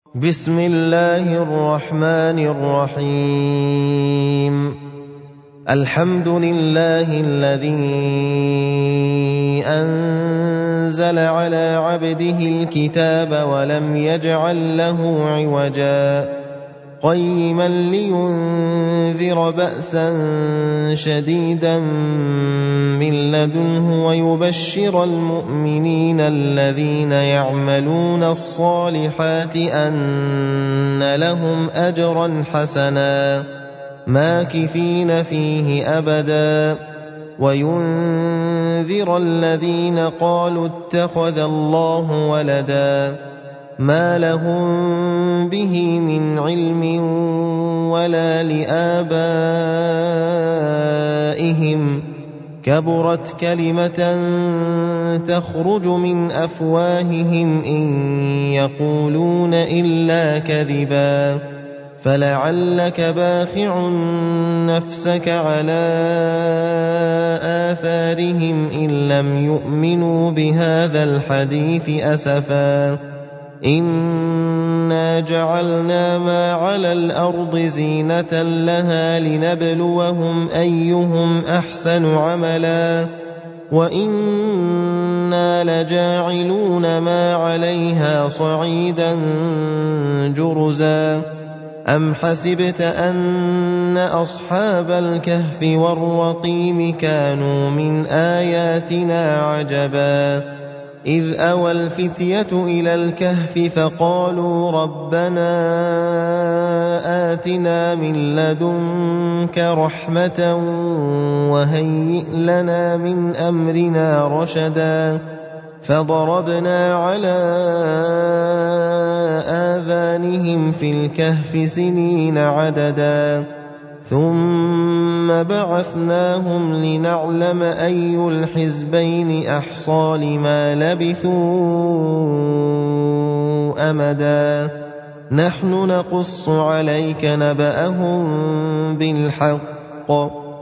بسم الله الرحمن الرحيم الحمد لله الذي أنزل على عبده الكتاب ولم يجعل له عوجا قيما لينذر بأسا شديدا من لدنه ويبشر المؤمنين الذين يعملون الصالحات أن لهم أجرا حسنا ماكثين فيه أبدا وينذر الذين قالوا اتخذ الله ولدا ما لهم به من علم ولا لآبائهم كبرت كلمة تخرج من أفواههم إن يقولون إلا كذبا فلعلك باخع نفسك على آثارهم إن لم يؤمنوا بهذا الحديث أسفا إنا جعلنا ما على الأرض زينة لها لنبلوهم أيهم أحسن عملا وإنا لجاعلون ما عليها صعيدا جرزا أم حسبت أن أصحاب الكهف والرقيم كانوا من آياتنا عجبا إذ أوى الفتية إلى الكهف فقالوا ربنا آتنا من لدنك رحمة وهيئ لنا من أمرنا رشدا فضربنا على آذانهم في الكهف سنين عددا ثم بعثناهم لنعلم أي الحزبين أحصى لما لبثوا أمدا نحن نقص عليك نبأهم بالحق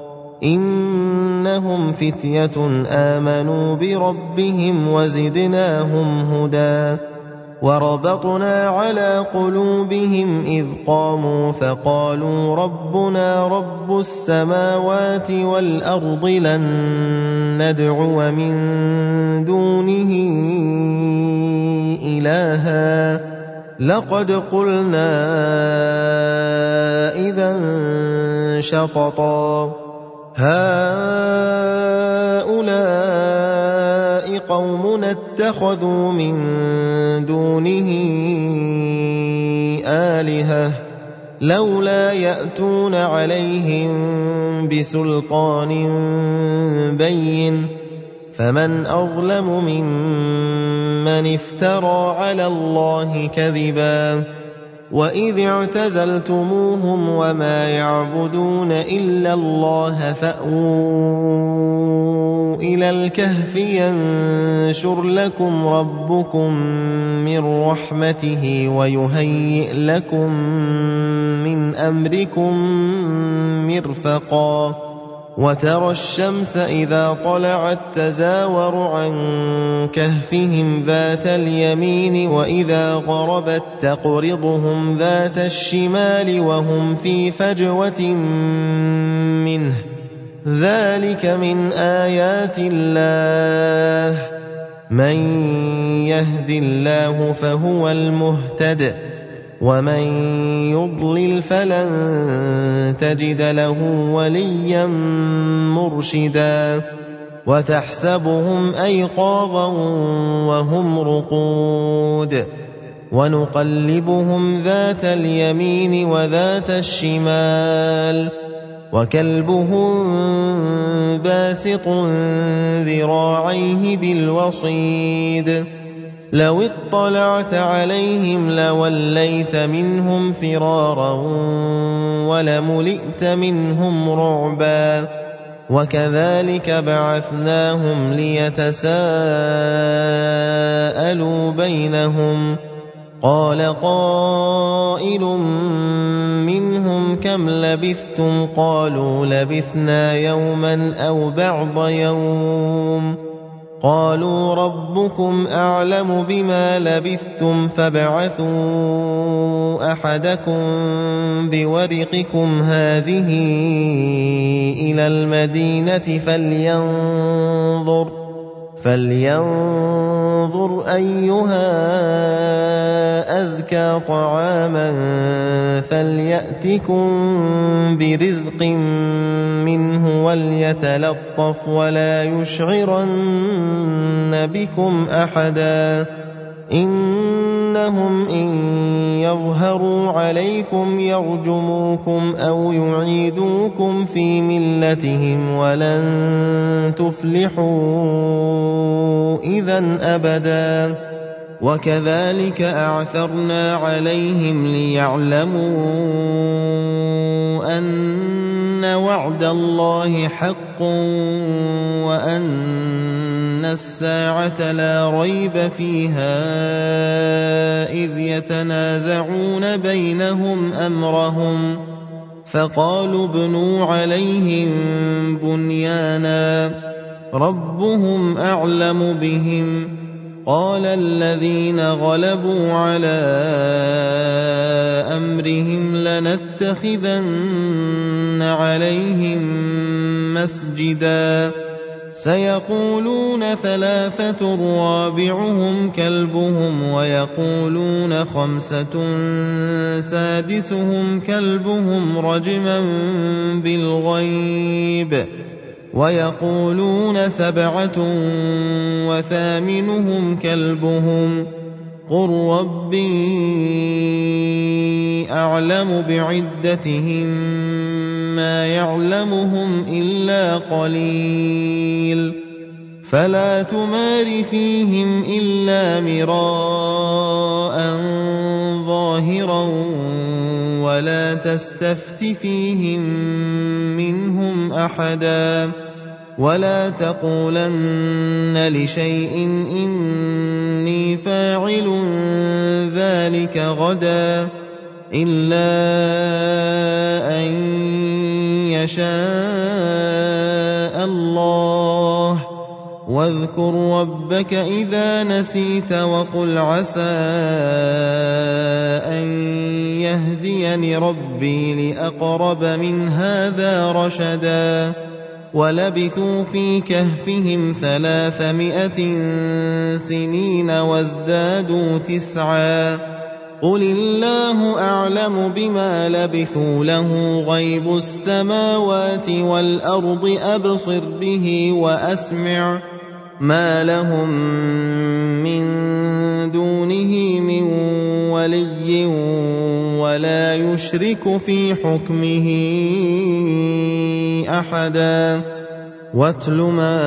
إنهم فتية آمنوا بربهم وزدناهم هدى وربطنا على قلوبهم إذ قاموا فقالوا ربنا رب السماوات والأرض لن ندعو من دونه إلها لقد قلنا إذا شططا هؤلاء قومنا اتخذوا من دونه آلهة لولا يأتون عليهم بسلطان بين فمن أظلم ممن افترى على الله كذبا وإذ اعتزلتموهم وما يعبدون إلا الله فأووا إلى الكهف ينشر لكم ربكم من رحمته ويهيئ لكم من أمركم مرفقا وترى الشمس إذا طلعت تزاور عن كهفهم ذات اليمين وإذا غربت تقرضهم ذات الشمال وهم في فجوة منه ذلك من آيات الله من يهد الله فهو المهتد ومن يضلل فلن تجد له وليا مرشدا وتحسبهم أيقاظا وهم رقود ونقلبهم ذات اليمين وذات الشمال وكلبهم باسط ذراعيه بالوصيد لو اطلعت عليهم لوليت منهم فرارا ولملئت منهم رعبا وكذلك بعثناهم ليتساءلوا بينهم قال قائل منهم كم لبثتم قالوا لبثنا يوما أو بعض يوم قالوا ربكم أعلم بما لبثتم فابعثوا أحدكم بورقكم هذه إلى المدينة فلينظر أيها أزكى طعاما فليأتكم برزق منه وليتلطف ولا يشعرن بكم أحدا إنهم إن يظهروا عليكم يرجموكم أو يعيدوكم في ملتهم ولن تفلحوا إذن أبدا وكذلك أعثرنا عليهم ليعلموا أن وعد الله حق وأن الساعة لا ريب فيها إذ يتنازعون بينهم أمرهم فقالوا ابنوا عليهم بنيانا ربهم أعلم بهم قال الذين غلبوا على أمرهم لنتخذن عليهم مسجدا سيقولون 3 رابعهم كلبهم ويقولون 5 سادسهم كلبهم رجما بالغيب ويقولون 7 وثامنهم كلبهم قل ربي أعلم بعدتهم ما يعلمهم إلا قليل فلا تمار فيهم إلا مراء ظاهرا ولا تستفت فيهم منهم أحدا ولا تقولن لشيء إني فاعل ذلك غدا إلا أن يشاء الله واذكر ربك إذا نسيت وقل عسى أن يهديني ربي لأقرب من هذا رشدا ولبثوا في كهفهم 300 سنين وازدادوا 9 قل الله أعلم بما لبثوا له غيب السماوات والأرض أبصر به وأسمع ما لهم من دونه من ولي ولا يشرك في حكمه أحدا واتل ما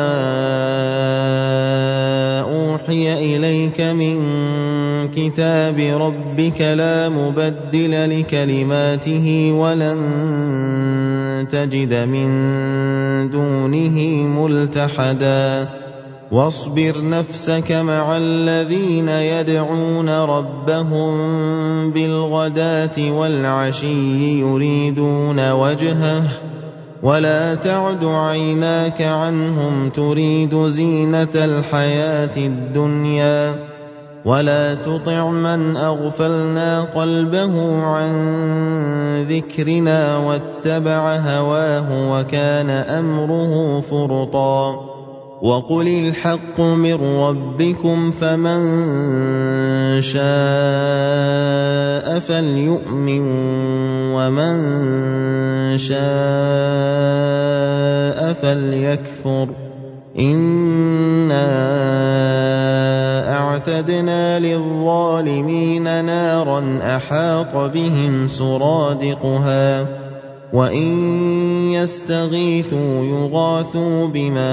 أوحي إليك من كتاب ربك لا مبدل لكلماته ولن تجد من دونه ملتحدا واصبر نفسك مع الذين يدعون ربهم بالغداة والعشي يريدون وجهه ولا تعد عيناك عنهم تريد زينة الحياة الدنيا ولا تطع من أغفلنا قلبه عن ذكرنا واتبع هواه وكان أمره فرطا وقل الحق من ربكم فمن شاء فليؤمن ومن شاء فليكفر إنا أعتدنا للظالمين نارا أحاط بهم سرادقها وإن يستغيثوا يغاثوا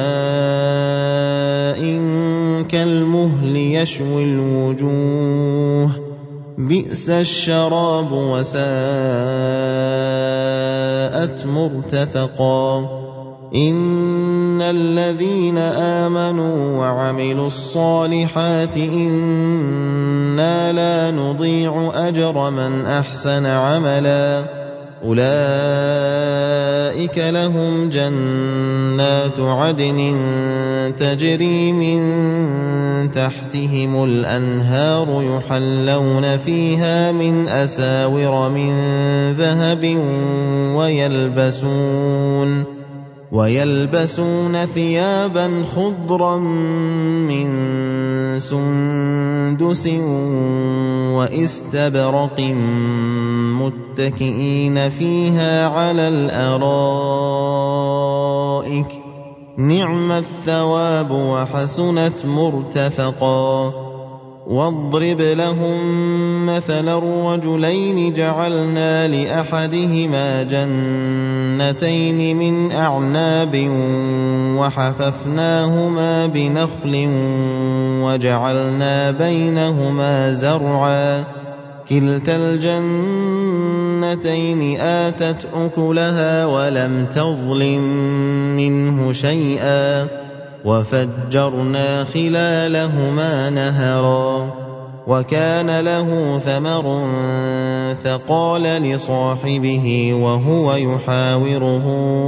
بماء كالمهل يشوي الوجوه بئس الشراب وساءت مرتفقا إن الذين آمنوا وعملوا الصالحات إنا لا نضيع أجر من أحسن عملا أولئك أولئك لهم جنات عدن تجري من تحتهم الأنهار يحلون فيها من أساور من ذهب ويلبسون ثيابا خضرا من سندس وإستبرق متكئين فيها على الأرائك نعم الثواب وحسنت مرتفقا. واضرب لهم مثلا الرجلين جعلنا لأحدهما جنتين من أعناب وحففناهما بنخل وجعلنا بينهما زرعا كلتا الجنتين آتت أكلها ولم تظلم منه شيئا وفجرنا خلالهما نهرا. وكان له ثمر فقال لصاحبه وهو يحاوره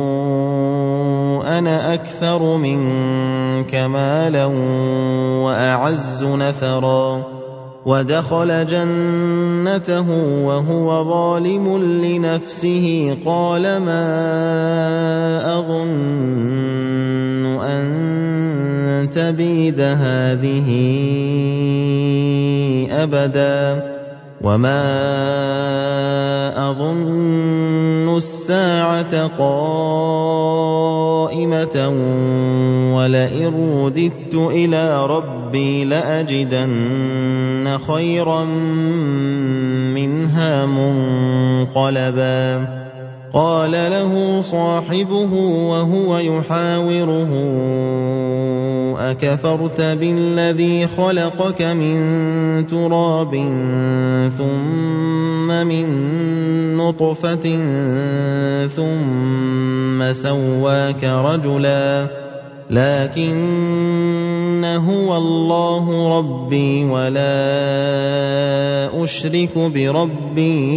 أنا أكثر منك مالا وأعز نفرا. ودخل جنته وهو ظالم لنفسه قال ما أظن أن تبيد هذه أبدا وما أظن الساعة قائمة ولئن رددت إلى ربي لأجدن خيرا منها منقلبا. قال له صاحبه وهو يحاوره أكفرت بالذي خلقك من تراب ثم من نطفة ثم سواك رجلا لكن هو الله ربي ولا أشرك بربي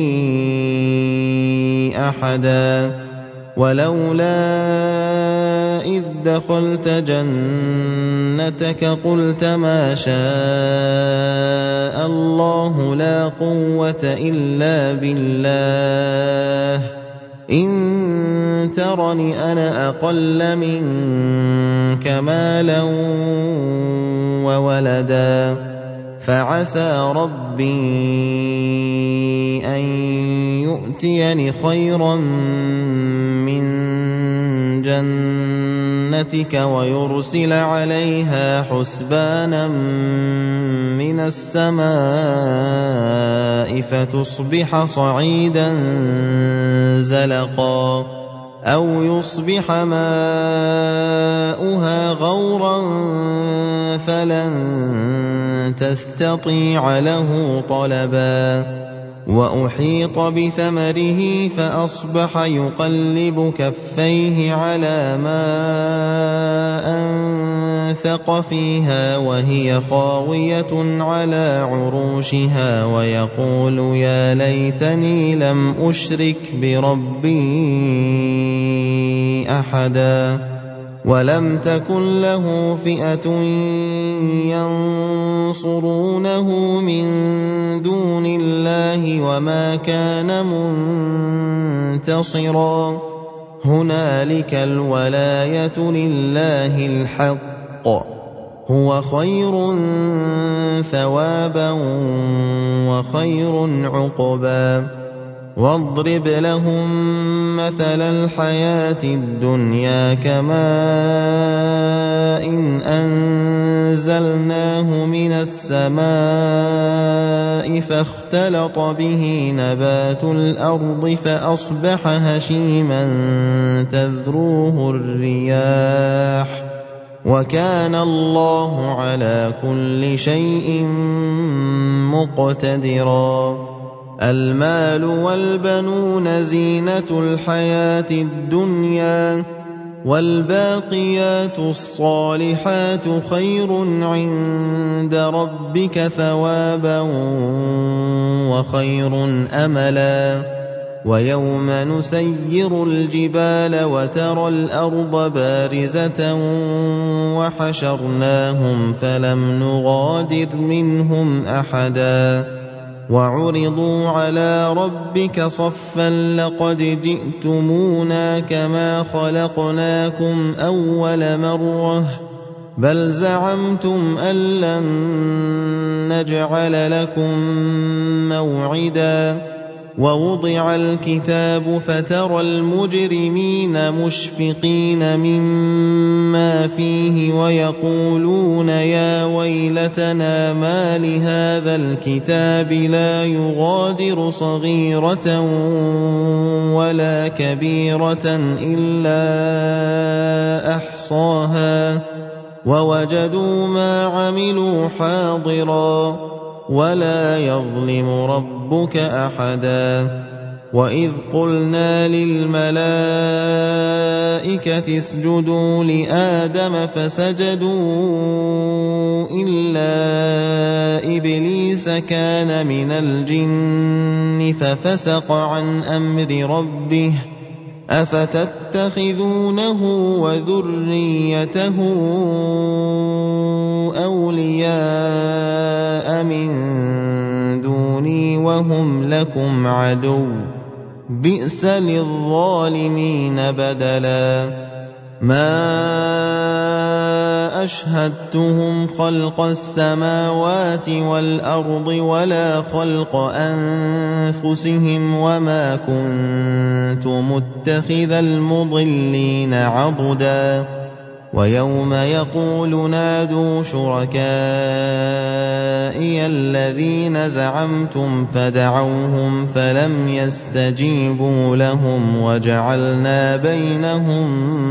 أحدا. ولولا إذ دخلت جنتك قلت ما شاء الله لا قوة إلا بالله إن ترني أنا أقل منك مالا وولدا فعسى ربي أن يؤتيني خيرا من جنتك ويرسل عليها حسبانا من السماء فتصبح صعيدا زلقا أو يصبح ماؤها غورا فلن تستطيع له طلبا. وأحيط بثمره فأصبح يقلب كفيه على ما أنفق فيها وهي خاوية على عروشها ويقول يا ليتني لم أشرك بربي أحدا. ولم تكن له فئة ينصرونه من دون الله وما كان منتصرا. هنالك الولاية لله الحق هو خير ثوابا وخير عقبا. واضرب لهم مثل الحياة الدنيا كماء إن أنزلناه من السماء فاختلط به نبات الأرض فأصبح هشيما تذروه الرياح وكان الله على كل شيء مقتدرا. المال والبنون زينة الحياة الدنيا والباقيات الصالحات خير عند ربك ثوابا وخير أملا. ويوم نسير الجبال وترى الأرض بارزة وحشرناهم فلم نغادر منهم أحدا وعرضوا على ربك صفا لقد جئتمونا كما خلقناكم أول مرة بل زعمتم أن لن نجعل لكم موعدا ووضع الكتاب فترى المجرمين مشفقين مما فيه ويقولون يا ويلتنا ما لهذا الكتاب لا يغادر صغيرة ولا كبيرة إلا أحصاها ووجدوا ما عملوا حاضرا ولا يظلم ربك أحدا وإذ قلنا للملائكة اسجدوا لآدم فسجدوا إلا إبليس كان من الجن ففسق عن أمر ربه أفتتخذونه وذريته أولياء من دوني وهم لكم عدو بئس للظالمين بدلا ما أشهدتهم خلق السماوات والأرض ولا خلق أنفسهم وما كنت متخذ المضلين عضدا ويوم يقول نادوا شركائي الذين زعمتم فدعوهم فلم يستجيبوا لهم وجعلنا بينهم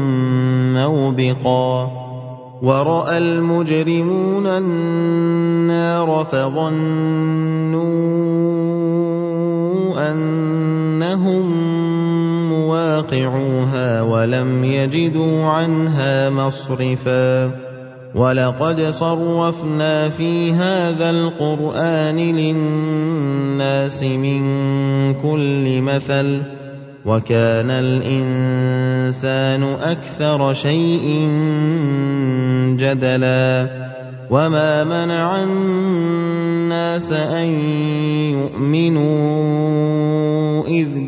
موبقا ورأى المجرمون النار فظنوا أنهم مواقعوها ولم يجدوا عنها مصرفا ولقد صرفنا في هذا القرآن للناس من كل مثل وكان الإنسان أكثر شيء جدلا وما منع الناس أن يؤمنوا إذ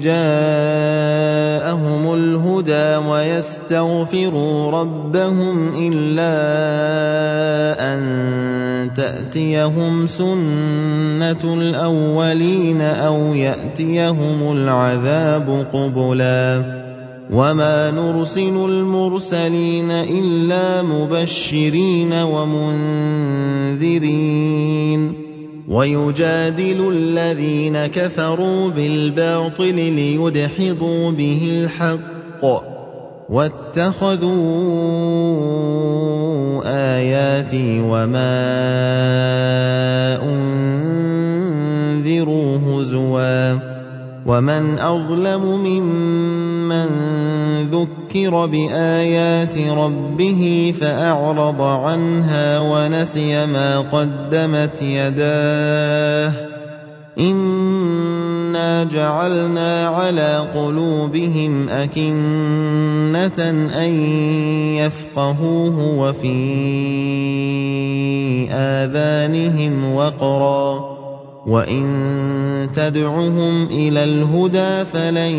جاءهم الهدى ويستغفروا ربهم إلا أن تأتيهم سنة الأولين أو يأتيهم العذاب قبلا وما نرسل المرسلين إلا مبشرين ومنذرين ويجادل الذين كفروا بالباطل ليدحضوا به الحق واتخذوا آياتي وما أنذروا هزوا ومن أظلم ممن ذكر بآيات ربه فأعرض عنها ونسي ما قدمت يداه إنا جعلنا على قلوبهم أكنة أن يفقهوه وفي آذانهم وقرا وإن تدعهم إلى الهدى فلن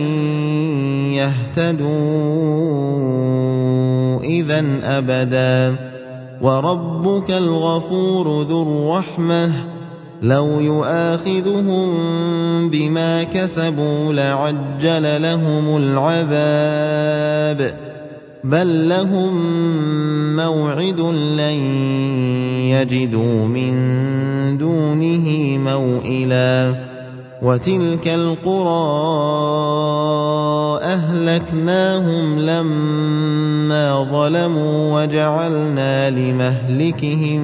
يهتدوا إذن أبدا وربك الغفور ذو الرحمة لو يؤاخذهم بما كسبوا لعجل لهم العذاب بل لهم موعد لن يجدوا من دونه موئلا وتلك القرى أهلكناهم لما ظلموا وجعلنا لمهلكهم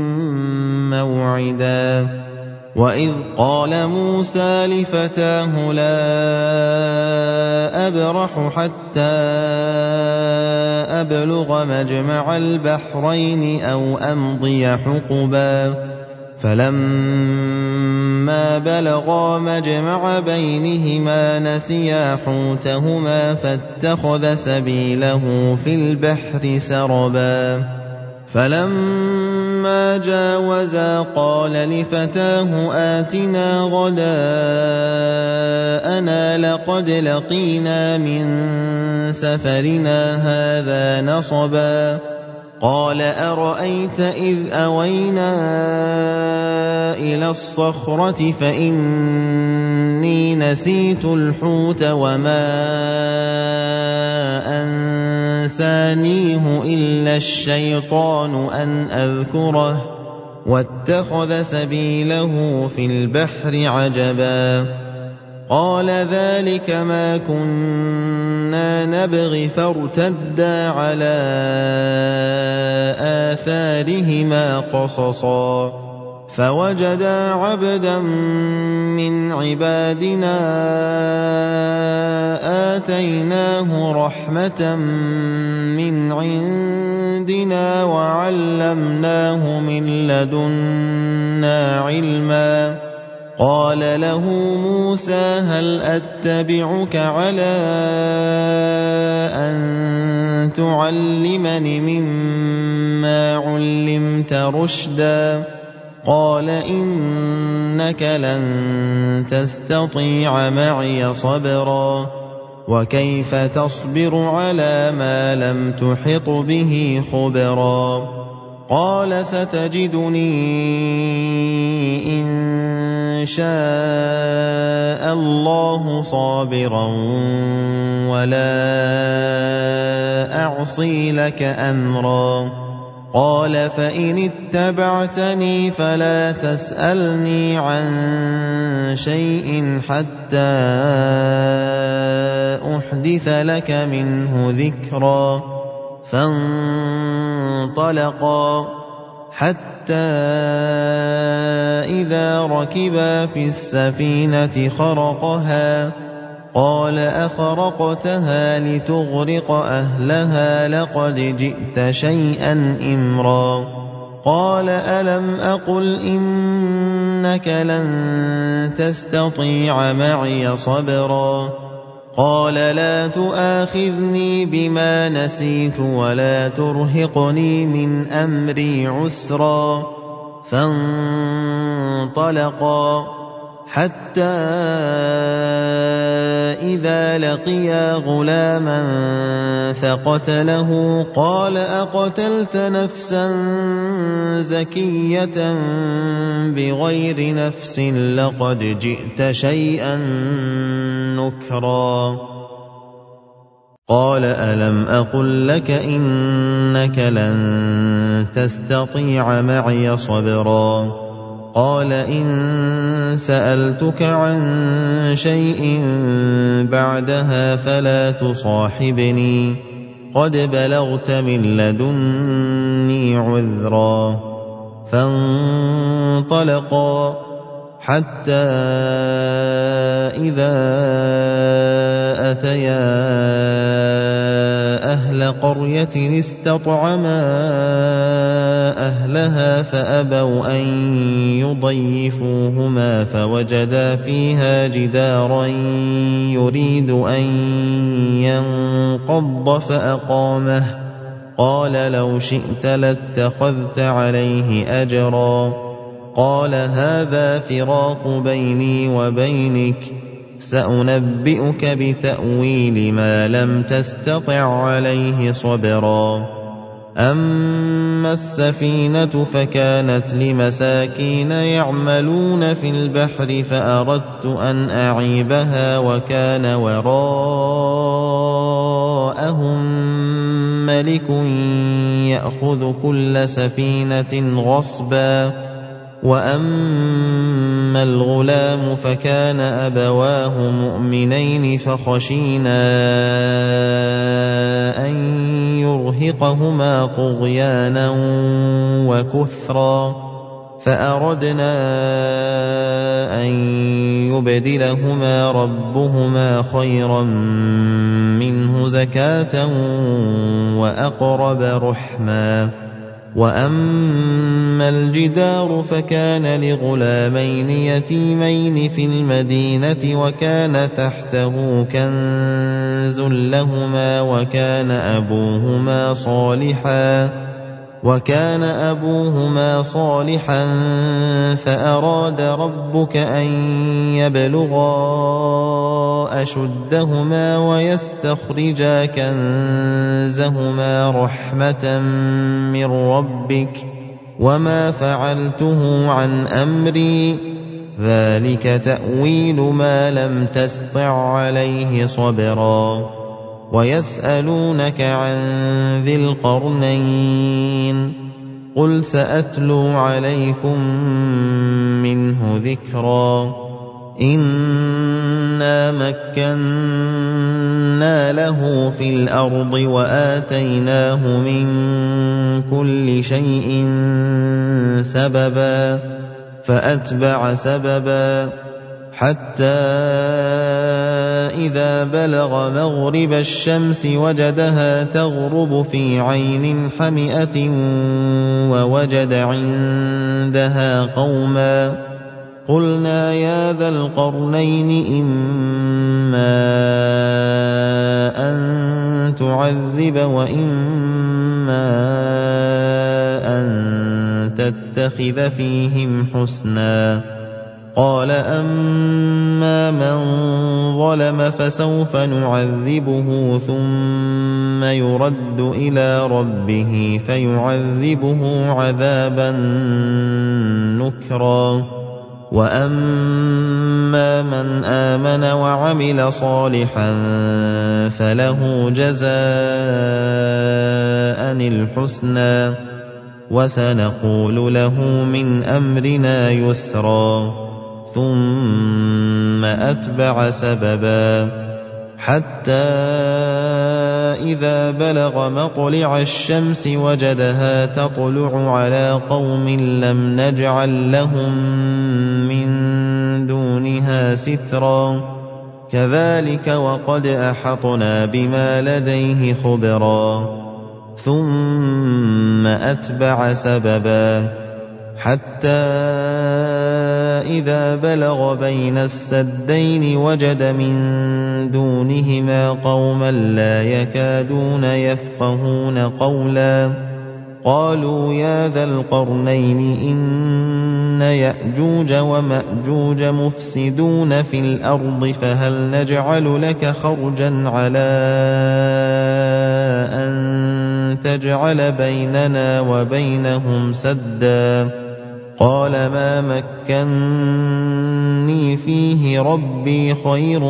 موعدا وإذ قال موسى لفتاه لا أبرح حتى أبلغ مجمع البحرين أو أمضي حقبا فلما بلغا مجمع بينهما نسيا حوتهما فاتخذ سبيله في البحر سربا فلما جاوزا قال لفتاه آتنا غداءنا لقد لقينا من سفرنا هذا نصبا قال أرأيت إذ أوينا إلى الصخرة فإني نسيت الحوت وما أنسانيه إلا الشيطان أن أذكره واتخذ سبيله في البحر عجبا قال ذلك ما كنا نبغي فارتدا على آثارهما قصصا فوجدا عبدا من عبادنا آتيناه رحمة من عندنا وعلمناه من لدنا علما قال له موسى هل أتبعك على أن تعلمني مما علمت رشدا قال إنك لن تستطيع معي صبرا وكيف تصبر على ما لم تحط به خبرا قال ستجدني إن شاء الله صابرا ولا أعصي لك أمرا قال فإن اتبعتني فلا تسألني عن شيء حتى أحدث لك منه ذكرا فانطلقا حتى إذا ركبا في السفينة خرقها قال أخرقتها لتغرق أهلها لقد جئت شيئا إمرا قال ألم أقل إنك لن تستطيع معي صبرا قال لا تؤاخذني بما نسيت ولا ترهقني من أمري عسرا فانطلقا حتى إذا لقيا غلاما فقتله قال أقتلت نفسا زكية بغير نفس لقد جئت شيئا نكرا قال ألم أقل لك إنك لن تستطيع معي صبرا قال إن سألتك عن شيء بعدها فلا تصاحبني قد بلغت من لدني عذرا فانطلقا حتى إذا أتيا أهل قرية استطعما أهلها فأبوا أن يضيفوهما فوجدا فيها جدارا يريد أن ينقض فأقامه قال لو شئت لاتخذت عليه أجرا قال هذا فراق بيني وبينك سأنبئك بتأويل ما لم تستطع عليه صبرا أما السفينة فكانت لمساكين يعملون في البحر فأردت أن أعيبها وكان وراءهم ملك يأخذ كل سفينة غصبا وأما الغلام فكان أبواه مؤمنين فخشينا أن يرهقهما طغيانا وكفرا فأردنا أن يبدلهما ربهما خيرا منه زكاة وأقرب رحما وأما الجدار فكان لغلامين يتيمين في المدينة وكان تحته كنز لهما وكان أبوهما صالحا فأراد ربك أن يبلغا أشدهما ويستخرجا كنزهما رحمة من ربك وما فعلته عن أمري ذلك تأويل ما لم تسطع عليه صبرا ويسألونك عن ذي القرنين قل سأتلو عليكم منه ذكرا إنا مكنا له في الأرض وآتيناه من كل شيء سببا فأتبع سببا حتى إذا بلغ مغرب الشمس وجدها تغرب في عين حمئة ووجد عندها قوما قلنا يا ذا القرنين إما أن تعذب وإما أن تتخذ فيهم حسنا قال أما من ظلم فسوف نعذبه ثم يرد إلى ربه فيعذبه عذابا نكرا وأما من آمن وعمل صالحا فله جزاء الحسنى وسنقول له من أمرنا يسرا ثم أتبع سببا حتى إذا بلغ مطلع الشمس وجدها تطلع على قوم لم نجعل لهم من دونها سترا كذلك وقد أحطنا بما لديه خبرا ثم أتبع سببا حتى إذا بلغ بين السدين وجد من دونهما قوما لا يكادون يفقهون قولا قالوا يا ذا القرنين إن يأجوج ومأجوج مفسدون في الأرض فهل نجعل لك خرجا على أن تجعل بيننا وبينهم سدا قال ما مكني فيه ربي خير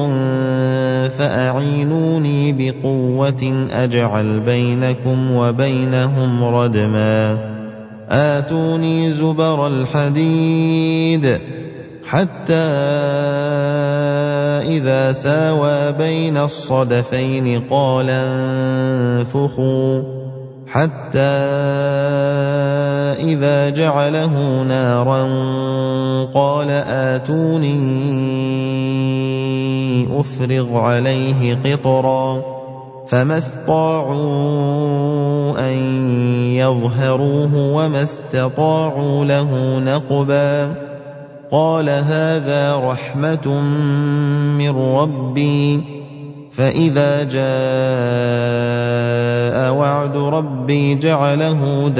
فأعينوني بقوة أجعل بينكم وبينهم ردما آتوني زبر الحديد حتى إذا ساوى بين الصدفين قال انفخوا حتى إذا جعله نارا قال آتوني أفرغ عليه قطرا فما استطاعوا أن يظهروه وما استطاعوا له نقبا قال هذا رحمة من ربي فإذا جاء وعد ربي جعله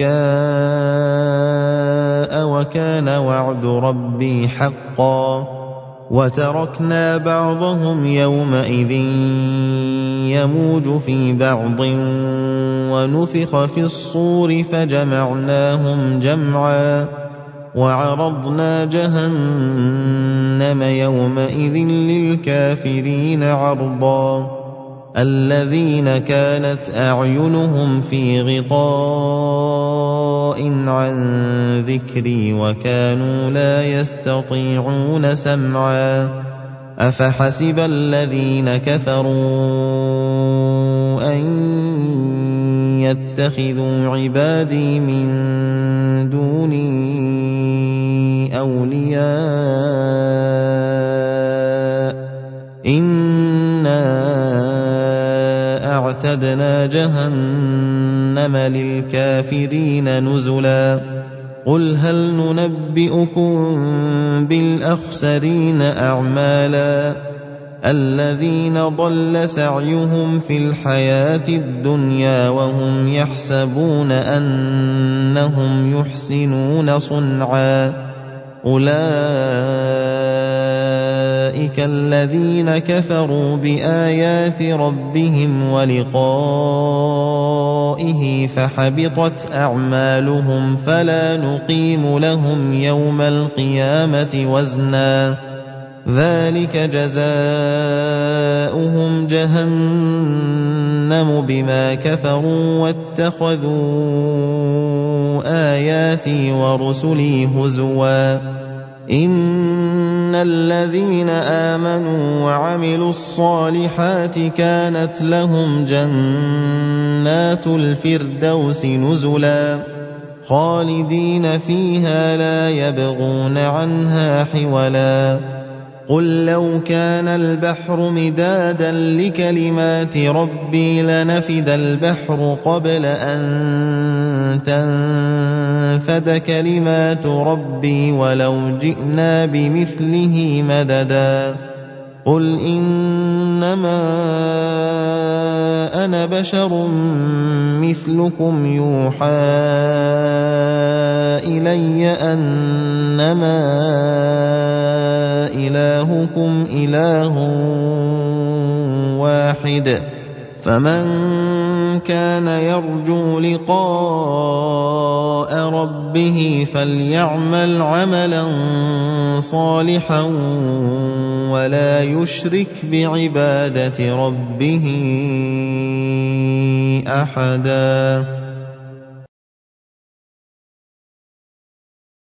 دكاء وكان وعد ربي حقا وتركنا بعضهم يومئذ يموج في بعض ونفخ في الصور فجمعناهم جمعا وعرضنا جهنم يومئذ للكافرين عرضا الذين كانت أعينهم في غطاء عن ذكري وكانوا لا يستطيعون سمعا أفحسب الذين كفروا أن يتخذوا عبادي من دوني أولياء إنا أعتدنا جهنم جهنم للكافرين نزلا قل هل ننبئكم بالأخسرين أعمالا الذين ضل سعيهم في الحياة الدنيا وهم يحسبون أنهم يحسنون صنعا أولئك الذين كفروا بآيات ربهم ولقائه فحبطت أعمالهم فلا نقيم لهم يوم القيامة وزنا ذلك جزاؤهم جهنم بما كفروا واتخذوا آياتي ورسلي هزوا إن الذين آمنوا وعملوا الصالحات كانت لهم جنات الفردوس نزلا خالدين فيها لا يبغون عنها حولا قل لو كان البحر مدادا لكلمات ربي لنفد البحر قبل أن تنفد كلمات ربي ولو جئنا بمثله مددا قل إنما أنا بشر مثلكم يوحى إلي أنما إلهكم إله واحد فمن كان يرجو لقاء ربه فليعمل عملا صالحا ولا يشرك بعبادة ربه أحدا